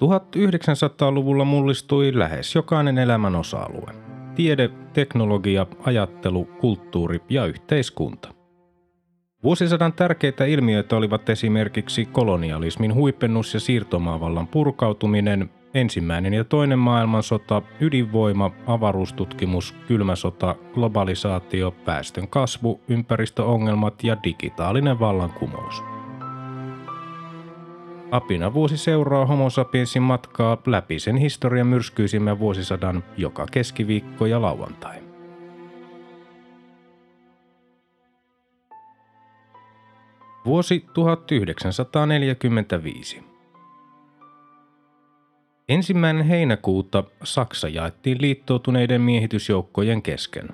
1900-luvulla mullistui lähes jokainen elämän osa-alue. Tiede, teknologia, ajattelu, kulttuuri ja yhteiskunta. Vuosisadan tärkeitä ilmiöitä olivat esimerkiksi kolonialismin huipennus ja siirtomaavallan purkautuminen, ensimmäinen ja toinen maailmansota, ydinvoima, avaruustutkimus, kylmä sota, globalisaatio, väestön kasvu, ympäristöongelmat ja digitaalinen vallankumous. Apinavuosi seuraa Homo sapiensin matkaa läpi sen historian myrskyisimmän vuosisadan joka keskiviikko ja lauantai. Vuosi 1945. 1. heinäkuuta Saksa jaettiin liittoutuneiden miehitysjoukkojen kesken.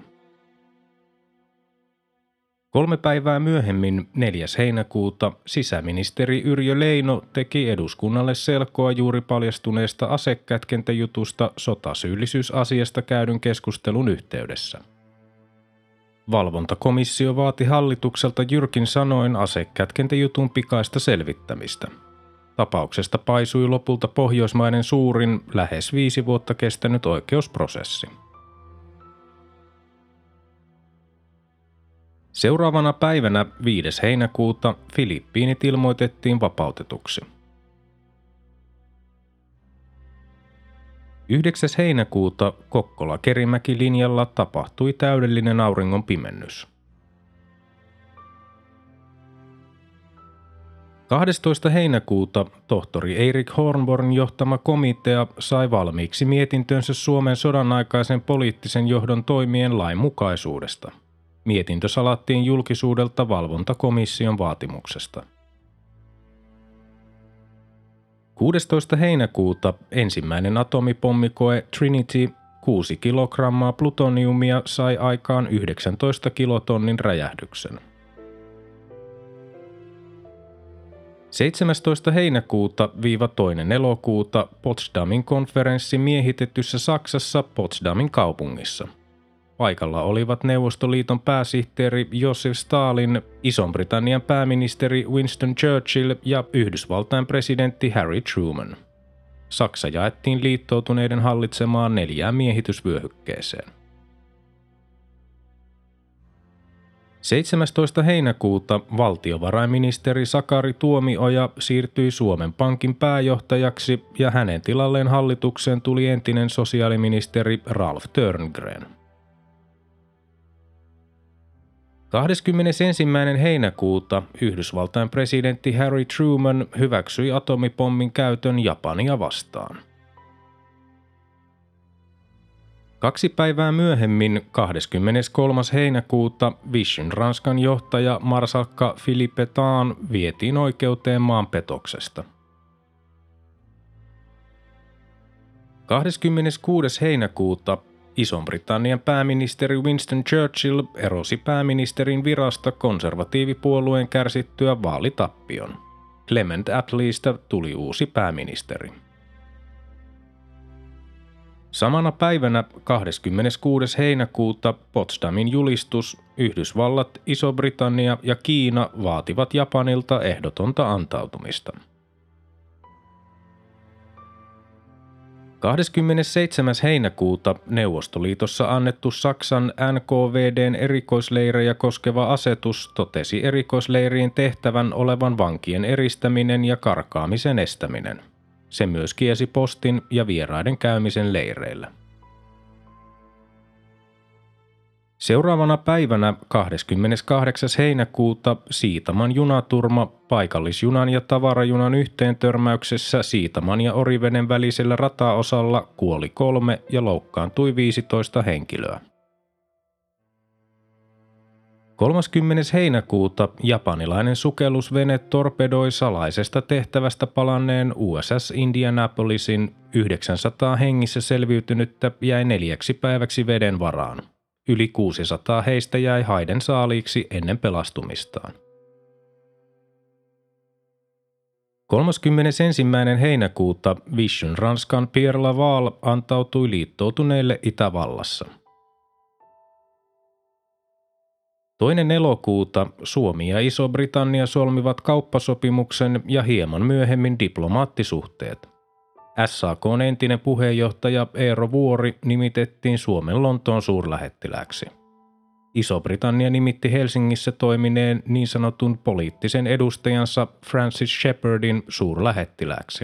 3 päivää myöhemmin, 4. heinäkuuta, sisäministeri Yrjö Leino teki eduskunnalle selkoa juuri paljastuneesta asekätkentäjutusta sotasyyllisyysasiasta käydyn keskustelun yhteydessä. Valvontakomissio vaati hallitukselta jyrkin sanoin asekätkentäjutun pikaista selvittämistä. Tapauksesta paisui lopulta Pohjoismaiden suurin, lähes 5 vuotta kestänyt oikeusprosessi. Seuraavana päivänä 5. heinäkuuta Filippiinit ilmoitettiin vapautetuksi. 9. heinäkuuta Kokkola-Kerimäki-linjalla tapahtui täydellinen auringon pimennys. 12. heinäkuuta tohtori Erik Hornborn johtama komitea sai valmiiksi mietintönsä Suomen sodanaikaisen poliittisen johdon toimien lainmukaisuudesta. Mietintö salattiin julkisuudelta valvontakomission vaatimuksesta. 16. heinäkuuta ensimmäinen atomipommikoe Trinity 6 kilogrammaa plutoniumia sai aikaan 19 kilotonnin räjähdyksen. 17. heinäkuuta – 2. elokuuta Potsdamin konferenssi miehitetyssä Saksassa Potsdamin kaupungissa. Paikalla olivat Neuvostoliiton pääsihteeri Josef Stalin, Ison-Britannian pääministeri Winston Churchill ja Yhdysvaltain presidentti Harry Truman. Saksa jaettiin liittoutuneiden hallitsemaan 4 miehitysvyöhykkeeseen. 17. heinäkuuta valtiovarainministeri Sakari Tuomioja siirtyi Suomen Pankin pääjohtajaksi ja hänen tilalleen hallitukseen tuli entinen sosiaaliministeri Ralph Törngren. 21. heinäkuuta Yhdysvaltain presidentti Harry Truman hyväksyi atomipommin käytön Japania vastaan. 2 päivää myöhemmin, 23. heinäkuuta, Vichy'n Ranskan johtaja marsalkka Philippe Pétain vietiin oikeuteen maanpetoksesta. 26. heinäkuuta Ison-Britannian pääministeri Winston Churchill erosi pääministerin virasta konservatiivipuolueen kärsittyä vaalitappion. Clement Attleesta tuli uusi pääministeri. Samana päivänä 26. heinäkuuta Potsdamin julistus, Yhdysvallat, Iso-Britannia ja Kiina vaativat Japanilta ehdotonta antautumista. 27. heinäkuuta Neuvostoliitossa annettu Saksan NKVD:n erikoisleirejä koskeva asetus totesi erikoisleirien tehtävän olevan vankien eristäminen ja karkaamisen estäminen. Se myös kiesi postin ja vieraiden käymisen leireillä. Seuraavana päivänä 28. heinäkuuta Siitaman junaturma paikallisjunan ja tavarajunan yhteentörmäyksessä Siitaman ja Oriveden välisellä rataosalla kuoli 3 ja loukkaantui 15 henkilöä. 30. heinäkuuta japanilainen sukellusvene torpedoi salaisesta tehtävästä palanneen USS Indianapolisin 900 hengissä selviytynyttä jäi 4 päiväksi veden varaan. Yli 600 heistä jäi haiden saaliiksi ennen pelastumistaan. 31. heinäkuuta Vichy'n Ranskan Pierre Laval antautui liittoutuneille Itävallassa. 2. elokuuta Suomi ja Iso-Britannia solmivat kauppasopimuksen ja hieman myöhemmin diplomaattisuhteet. SAK:n entinen puheenjohtaja Eero Vuori nimitettiin Suomen Lontoon suurlähettilääksi. Iso-Britannia nimitti Helsingissä toimineen niin sanotun poliittisen edustajansa Francis Shepherdin suurlähettilääksi.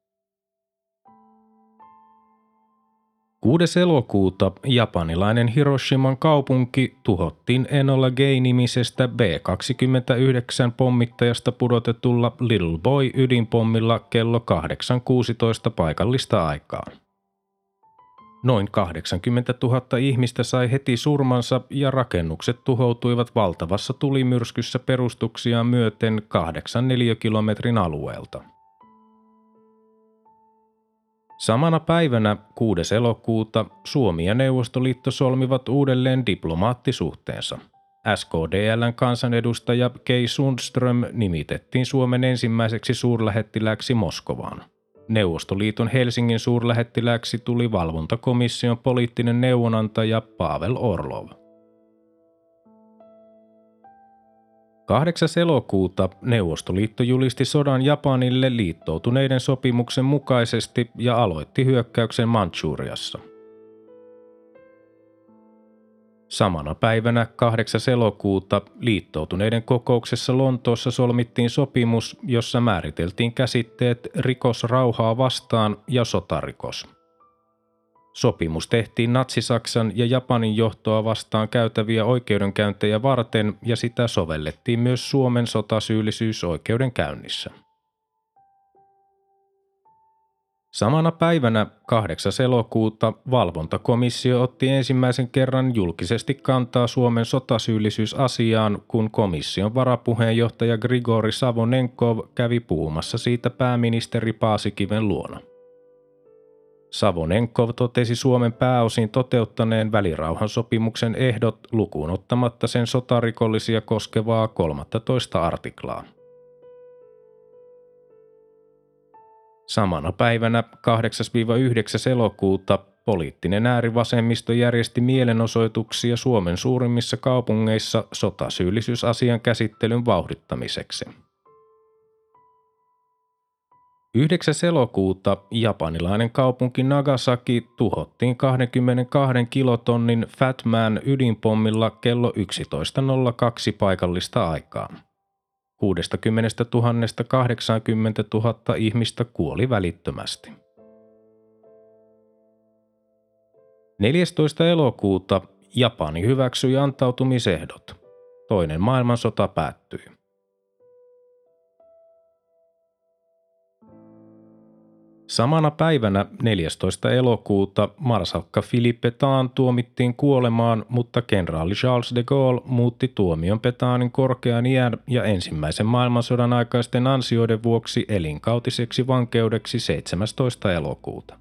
6. elokuuta japanilainen Hiroshiman kaupunki tuhottiin Enola Gay-nimisestä B-29 pommittajasta pudotetulla Little Boy ydinpommilla kello 8.16 paikallista aikaa. Noin 80 000 ihmistä sai heti surmansa ja rakennukset tuhoutuivat valtavassa tulimyrskyssä perustuksiaan myöten 8 neliökilometrin alueelta. Samana päivänä 6. elokuuta Suomi ja Neuvostoliitto solmivat uudelleen diplomaattisuhteensa. SKDL:n kansanedustaja Kei Sundström nimitettiin Suomen ensimmäiseksi suurlähettilääksi Moskovaan. Neuvostoliiton Helsingin suurlähettilääksi tuli valvontakomission poliittinen neuvonantaja Pavel Orlov. 8. elokuuta Neuvostoliitto julisti sodan Japanille liittoutuneiden sopimuksen mukaisesti ja aloitti hyökkäyksen Manchuriassa. Samana päivänä 8. elokuuta liittoutuneiden kokouksessa Lontoossa solmittiin sopimus, jossa määriteltiin käsitteet rikos rauhaa vastaan ja sotarikos. Sopimus tehtiin Natsi-Saksan ja Japanin johtoa vastaan käytäviä oikeudenkäyntejä varten ja sitä sovellettiin myös Suomen sotasyyllisyysoikeudenkäynnissä. Samana päivänä 8. elokuuta valvontakomissio otti ensimmäisen kerran julkisesti kantaa Suomen sotasyyllisyysasiaan, kun komission varapuheenjohtaja Grigori Savonenkov kävi puhumassa siitä pääministeri Paasikiven luona. Savonenkov totesi Suomen pääosin toteuttaneen välirauhansopimuksen ehdot lukuun ottamatta sen sotarikollisia koskevaa 13 artiklaa. Samana päivänä 8.–9. elokuuta poliittinen äärivasemmisto järjesti mielenosoituksia Suomen suurimmissa kaupungeissa sotasyyllisyysasian käsittelyn vauhdittamiseksi. 9. elokuuta japanilainen kaupunki Nagasaki tuhottiin 22 kilotonnin Fat Man ydinpommilla kello 11.02 paikallista aikaa. 60 000–80 000 ihmistä kuoli välittömästi. 14. elokuuta Japani hyväksyi antautumisehdot. Toinen maailmansota päättyi. Samana päivänä 14. elokuuta marsalkka Philippe Pétain tuomittiin kuolemaan, mutta kenraali Charles de Gaulle muutti tuomion Pétainin korkean iän ja ensimmäisen maailmansodan aikaisten ansioiden vuoksi elinkautiseksi vankeudeksi 17. elokuuta.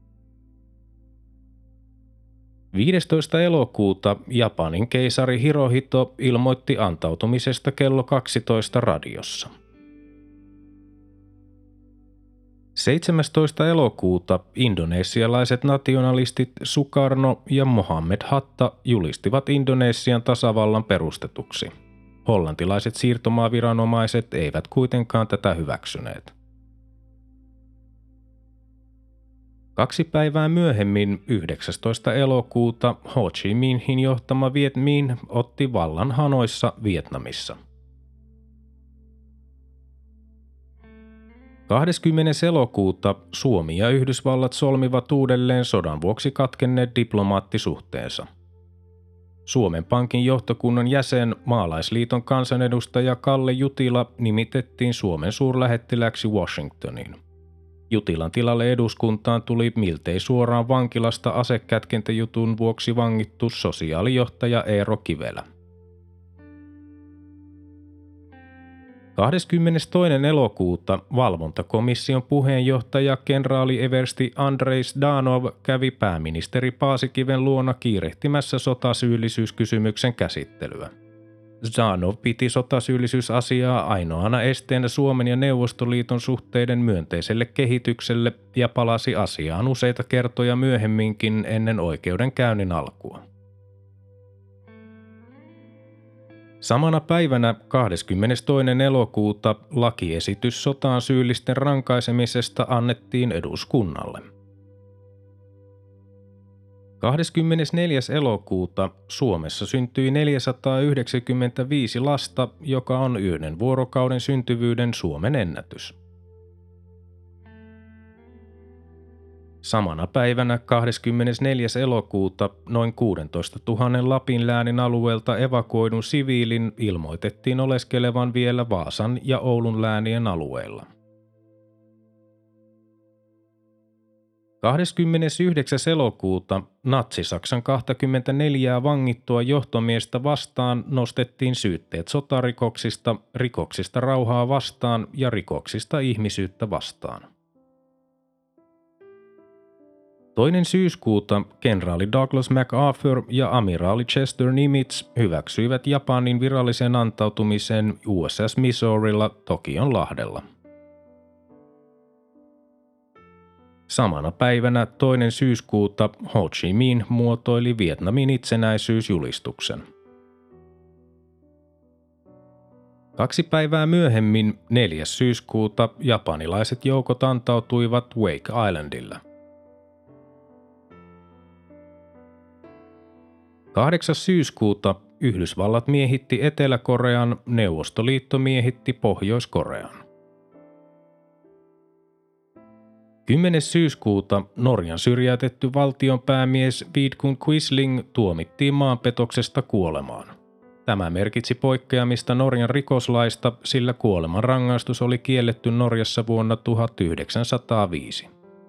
15. elokuuta Japanin keisari Hirohito ilmoitti antautumisesta kello 12 radiossa. 17. elokuuta indonesialaiset nationalistit Sukarno ja Mohammed Hatta julistivat Indonesian tasavallan perustetuksi. Hollantilaiset siirtomaaviranomaiset eivät kuitenkaan tätä hyväksyneet. 2 päivää myöhemmin, 19. elokuuta, Ho Chi Minhin johtama Viet Minh otti vallan Hanoissa Vietnamissa. 20. elokuuta Suomi ja Yhdysvallat solmivat uudelleen sodan vuoksi katkenneet diplomaattisuhteensa. Suomen Pankin johtokunnan jäsen, Maalaisliiton kansanedustaja Kalle Jutila nimitettiin Suomen suurlähettiläksi Washingtoniin. Jutilan tilalle eduskuntaan tuli miltei suoraan vankilasta asekätkentäjutun vuoksi vangittu sosiaalijohtaja Eero Kivelä. 22. elokuuta valvontakomission puheenjohtaja kenraali eversti Andrei Zdanov kävi pääministeri Paasikiven luona kiirehtimässä sotasyyllisyyskysymyksen käsittelyä. Zdanov piti sotasyyllisyysasiaa ainoana esteenä Suomen ja Neuvostoliiton suhteiden myönteiselle kehitykselle ja palasi asiaan useita kertoja myöhemminkin ennen oikeudenkäynnin alkua. Samana päivänä 22. elokuuta lakiesitys sotaan syyllisten rankaisemisesta annettiin eduskunnalle. 24. elokuuta Suomessa syntyi 495 lasta, joka on yhden vuorokauden syntyvyyden Suomen ennätys. Samana päivänä 24. elokuuta noin 16 000 Lapin läänin alueelta evakuoidun siviilin ilmoitettiin oleskelevan vielä Vaasan ja Oulun läänien alueella. 29. elokuuta Natsi-Saksan 24 vangittua johtomiestä vastaan nostettiin syytteet sotarikoksista, rikoksista rauhaa vastaan ja rikoksista ihmisyyttä vastaan. 2. syyskuuta kenraali Douglas MacArthur ja amiraali Chester Nimitz hyväksyivät Japanin virallisen antautumisen USS Missourilla Tokionlahdella. Samana päivänä 2. syyskuuta Ho Chi Minh muotoili Vietnamin itsenäisyysjulistuksen. 2 päivää myöhemmin 4. syyskuuta japanilaiset joukot antautuivat Wake Islandilla. 8. syyskuuta Yhdysvallat miehitti Etelä-Korean, Neuvostoliitto miehitti Pohjois-Korean. 10. syyskuuta Norjan syrjäytetty valtionpäämies Vidkun Quisling tuomittiin maanpetoksesta kuolemaan. Tämä merkitsi poikkeamista Norjan rikoslaista, sillä kuolemanrangaistus oli kielletty Norjassa vuonna 1905.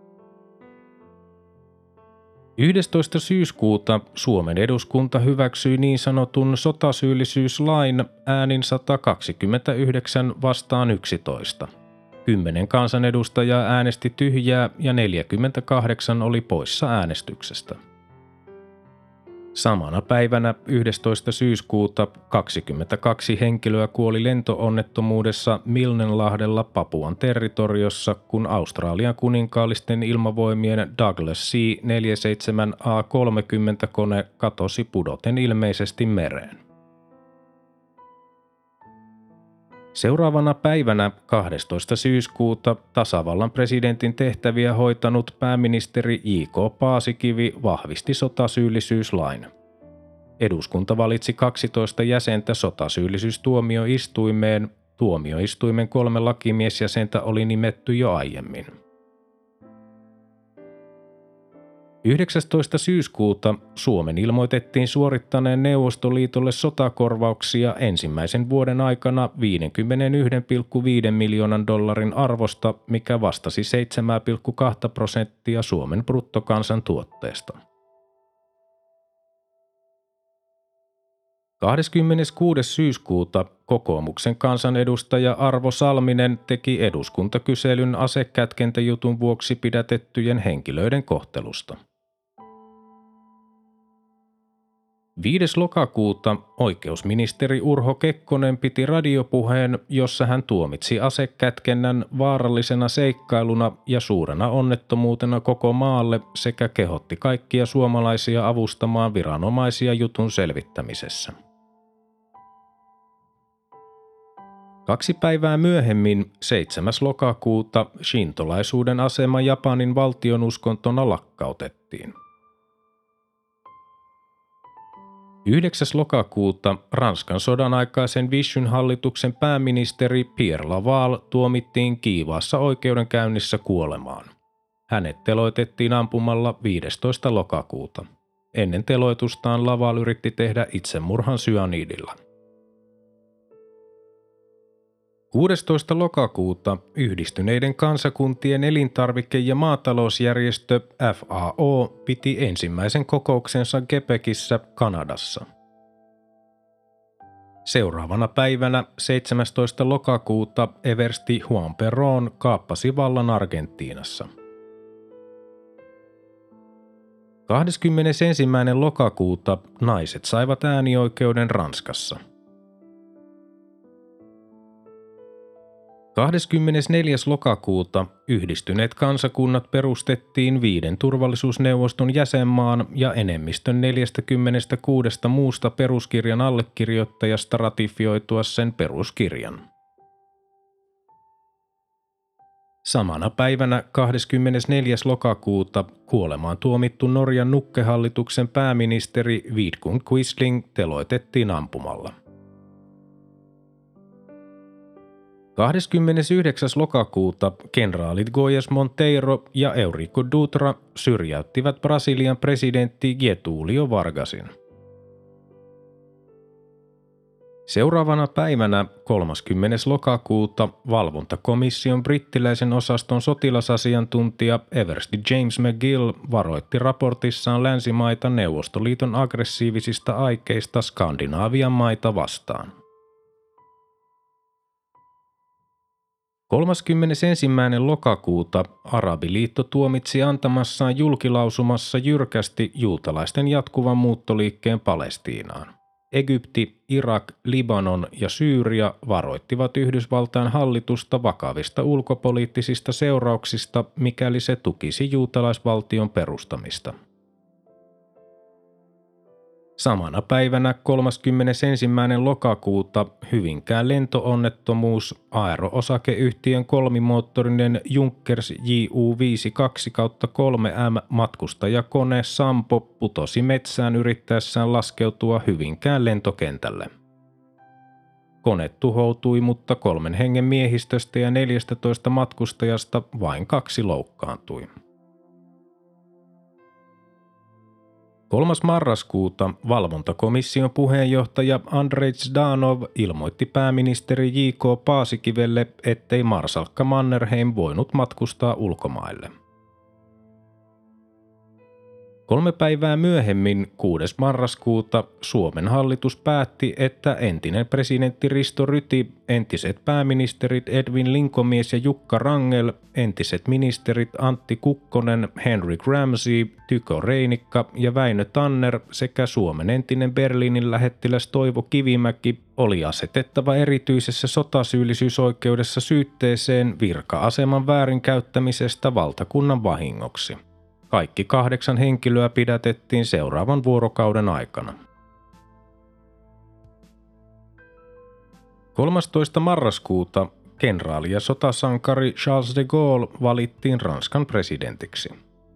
11. syyskuuta Suomen eduskunta hyväksyi niin sanotun sotasyyllisyyslain äänin 129 vastaan 11. 10 kansanedustajaa äänesti tyhjää ja 48 oli poissa äänestyksestä. Samana päivänä 11. syyskuuta 22 henkilöä kuoli lentoonnettomuudessa Milnenlahdella Papuan territoriossa, kun Australian kuninkaallisten ilmavoimien Douglas C-47A-30-kone katosi pudoten ilmeisesti mereen. Seuraavana päivänä 12. syyskuuta tasavallan presidentin tehtäviä hoitanut pääministeri J.K. Paasikivi vahvisti sotasyyllisyyslain. Eduskunta valitsi 12 jäsentä sotasyyllisyystuomioistuimeen. Tuomioistuimen 3 lakimiesjäsentä oli nimetty jo aiemmin. 19. syyskuuta Suomen ilmoitettiin suorittaneen Neuvostoliitolle sotakorvauksia ensimmäisen vuoden aikana $51,5 miljoonan arvosta, mikä vastasi 7,2% Suomen bruttokansantuotteesta. 26. syyskuuta kokoomuksen kansanedustaja Arvo Salminen teki eduskuntakyselyn asekätkentäjutun vuoksi pidätettyjen henkilöiden kohtelusta. 5. lokakuuta oikeusministeri Urho Kekkonen piti radiopuheen, jossa hän tuomitsi asekätkennän vaarallisena seikkailuna ja suurena onnettomuutena koko maalle sekä kehotti kaikkia suomalaisia avustamaan viranomaisia jutun selvittämisessä. 2 päivää myöhemmin, 7. lokakuuta, shintolaisuuden asema Japanin valtionuskontona lakkautettiin. 9. lokakuuta Ranskan sodan aikaisen Vichyn hallituksen pääministeri Pierre Laval tuomittiin kiivaassa oikeudenkäynnissä kuolemaan. Hänet teloitettiin ampumalla 15. lokakuuta. Ennen teloitustaan Laval yritti tehdä itsemurhan syanidilla. 16. lokakuuta Yhdistyneiden kansakuntien elintarvike- ja maatalousjärjestö FAO piti ensimmäisen kokouksensa Quebecissä, Kanadassa. Seuraavana päivänä 17. lokakuuta eversti Juan Perón kaappasi vallan Argentiinassa. 21. lokakuuta naiset saivat äänioikeuden Ranskassa. 24. lokakuuta Yhdistyneet kansakunnat perustettiin 5 turvallisuusneuvoston jäsenmaan ja enemmistön 46 muusta peruskirjan allekirjoittajasta ratifioitua sen peruskirjan. Samana päivänä 24. lokakuuta kuolemaan tuomittu Norjan nukkehallituksen pääministeri Vidkun Quisling teloitettiin ampumalla. 29. lokakuuta kenraalit Goyes Monteiro ja Eurico Dutra syrjäyttivät Brasilian presidentti Getúlio Vargasin. Seuraavana päivänä 30. lokakuuta valvontakomission brittiläisen osaston sotilasasiantuntija Eversti James McGill varoitti raportissaan länsimaita Neuvostoliiton aggressiivisista aikeista Skandinaavian maita vastaan. 31. lokakuuta Arabiliitto tuomitsi antamassaan julkilausumassa jyrkästi juutalaisten jatkuvan muuttoliikkeen Palestiinaan. Egypti, Irak, Libanon ja Syyria varoittivat Yhdysvaltain hallitusta vakavista ulkopoliittisista seurauksista, mikäli se tukisi juutalaisvaltion perustamista. Samana päivänä 31. lokakuuta Hyvinkään lentoonnettomuus Aero-osakeyhtiön kolmimoottorinen Junkers Ju-52/3M matkustajakone Sampo putosi metsään yrittäessään laskeutua Hyvinkään lentokentälle. Kone tuhoutui, mutta 3 hengen miehistöstä ja 14 matkustajasta vain 2 loukkaantui. 3. marraskuuta valvontakomission puheenjohtaja Andrej Zdanov ilmoitti pääministeri J.K. Paasikivelle, ettei marsalkka Mannerheim voinut matkustaa ulkomaille. 3 päivää myöhemmin, 6. marraskuuta, Suomen hallitus päätti, että entinen presidentti Risto Ryti, entiset pääministerit Edwin Linkomies ja Jukka Rangel, entiset ministerit Antti Kukkonen, Henrik Ramsay, Tycho Reinikka ja Väinö Tanner sekä Suomen entinen Berliinin lähettiläs Toivo Kivimäki oli asetettava erityisessä sotasyyllisyysoikeudessa syytteeseen virka-aseman väärinkäyttämisestä valtakunnan vahingoksi. Kaikki 8 henkilöä pidätettiin seuraavan vuorokauden aikana. 13. marraskuuta kenraali ja sotasankari Charles de Gaulle valittiin Ranskan presidentiksi.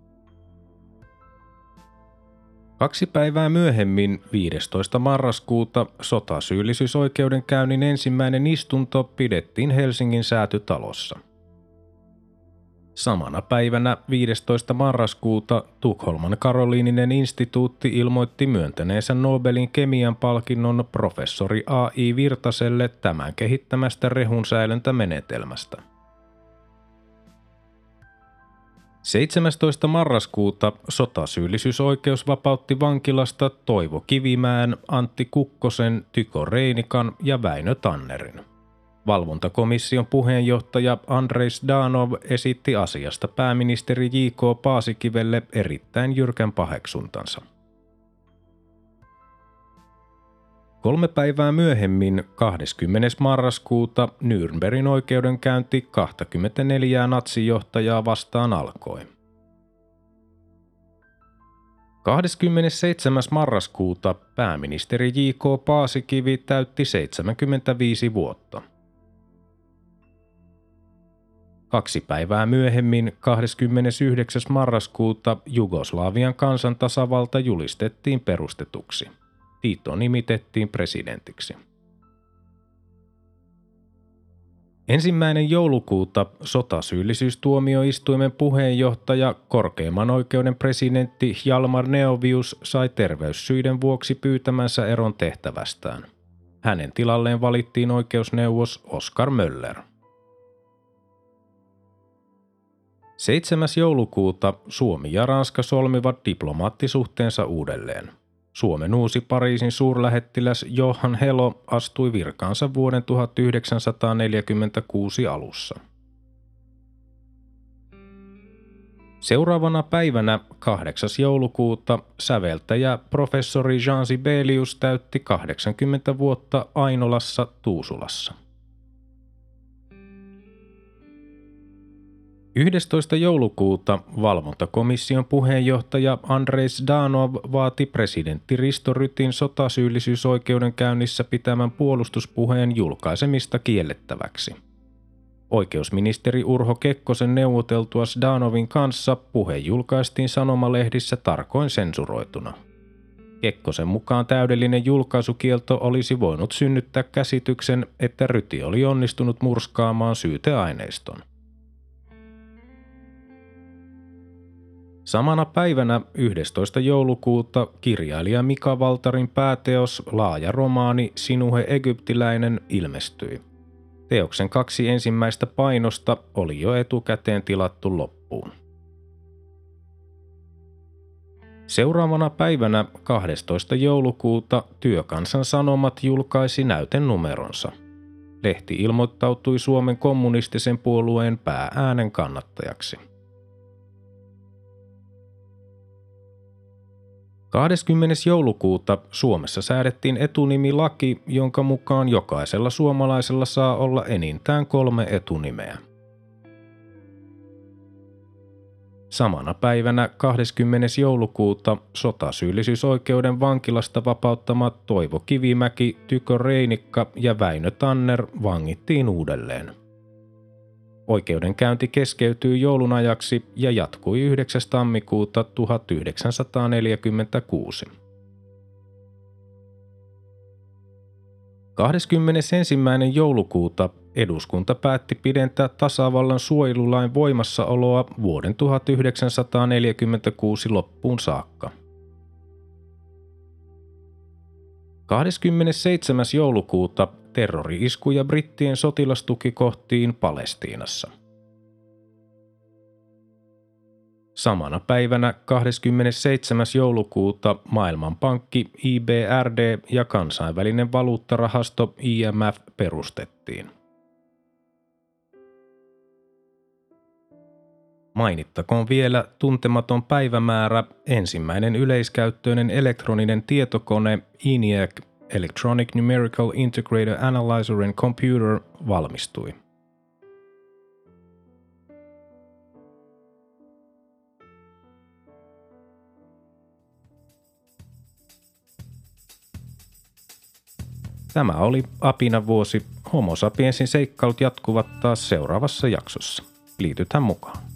2 päivää myöhemmin, 15. marraskuuta, sotasyyllisyysoikeudenkäynnin ensimmäinen istunto pidettiin Helsingin Säätytalossa. Samana päivänä 15. marraskuuta Tukholman Karoliininen instituutti ilmoitti myöntäneensä Nobelin kemian palkinnon professori A.I. Virtaselle tämän kehittämästä rehunsäilöntämenetelmästä. 17. marraskuuta sotasyyllisyysoikeus vapautti vankilasta Toivo Kivimäen, Antti Kukkosen, Tycho Reinikan ja Väinö Tannerin. Valvontakomission puheenjohtaja Andrej Zdanov esitti asiasta pääministeri J.K. Paasikivelle erittäin jyrkän paheksuntansa. 3 päivää myöhemmin, 20. marraskuuta, Nürnbergin oikeudenkäynti 24 natsijohtajaa vastaan alkoi. 27. marraskuuta pääministeri J.K. Paasikivi täytti 75 vuotta. 2 päivää myöhemmin, 29. marraskuuta, Jugoslavian kansantasavalta julistettiin perustetuksi. Tito nimitettiin presidentiksi. 1. joulukuuta sotasyyllisyystuomioistuimen puheenjohtaja, korkeimman oikeuden presidentti Hjalmar Neovius sai terveyssyiden vuoksi pyytämänsä eron tehtävästään. Hänen tilalleen valittiin oikeusneuvos Oskar Möller. 7. joulukuuta Suomi ja Ranska solmivat diplomaattisuhteensa uudelleen. Suomen uusi Pariisin suurlähettiläs Johan Helo astui virkaansa vuoden 1946 alussa. Seuraavana päivänä 8. joulukuuta säveltäjä professori Jean Sibelius täytti 80 vuotta Ainolassa, Tuusulassa. 11. joulukuuta valvontakomission puheenjohtaja Andrei Zdanov vaati presidentti Risto Rytin sotasyyllisyysoikeudenkäynnissä pitämän puolustuspuheen julkaisemista kiellettäväksi. Oikeusministeri Urho Kekkosen neuvoteltua Zdanovin kanssa puhe julkaistiin sanomalehdissä tarkoin sensuroituna. Kekkosen mukaan täydellinen julkaisukielto olisi voinut synnyttää käsityksen, että Ryti oli onnistunut murskaamaan syyteaineiston. Samana päivänä 11. joulukuuta kirjailija Mika Waltarin pääteos laaja romaani Sinuhe egyptiläinen ilmestyi. Teoksen 2 ensimmäistä painosta oli jo etukäteen tilattu loppuun. Seuraavana päivänä 12. joulukuuta Työkansan Sanomat julkaisi näytenumeronsa. Lehti ilmoittautui Suomen kommunistisen puolueen päääänen kannattajaksi. 20. joulukuuta Suomessa säädettiin etunimilaki, jonka mukaan jokaisella suomalaisella saa olla enintään 3 etunimeä. Samana päivänä 20. joulukuuta sotasyyllisyysoikeuden vankilasta vapauttamat Toivo Kivimäki, Tyko Reinikka ja Väinö Tanner vangittiin uudelleen. Oikeudenkäynti keskeytyi joulun ajaksi ja jatkui 9. tammikuuta 1946. 21. joulukuuta eduskunta päätti pidentää tasavallan suojelulain voimassaoloa vuoden 1946 loppuun saakka. 27. joulukuuta terrori-iskuja brittien sotilastukikohtiin Palestiinassa. Samana päivänä 27. joulukuuta Maailmanpankki, IBRD ja kansainvälinen valuuttarahasto IMF perustettiin. Mainittakoon vielä tuntematon päivämäärä, ensimmäinen yleiskäyttöinen elektroninen tietokone ENIAC Electronic Numerical Integrated Analyzer and Computer valmistui. Tämä oli Apina-vuosi. Homo sapiensin seikkailut jatkuvat taas seuraavassa jaksossa. Liitytään mukaan.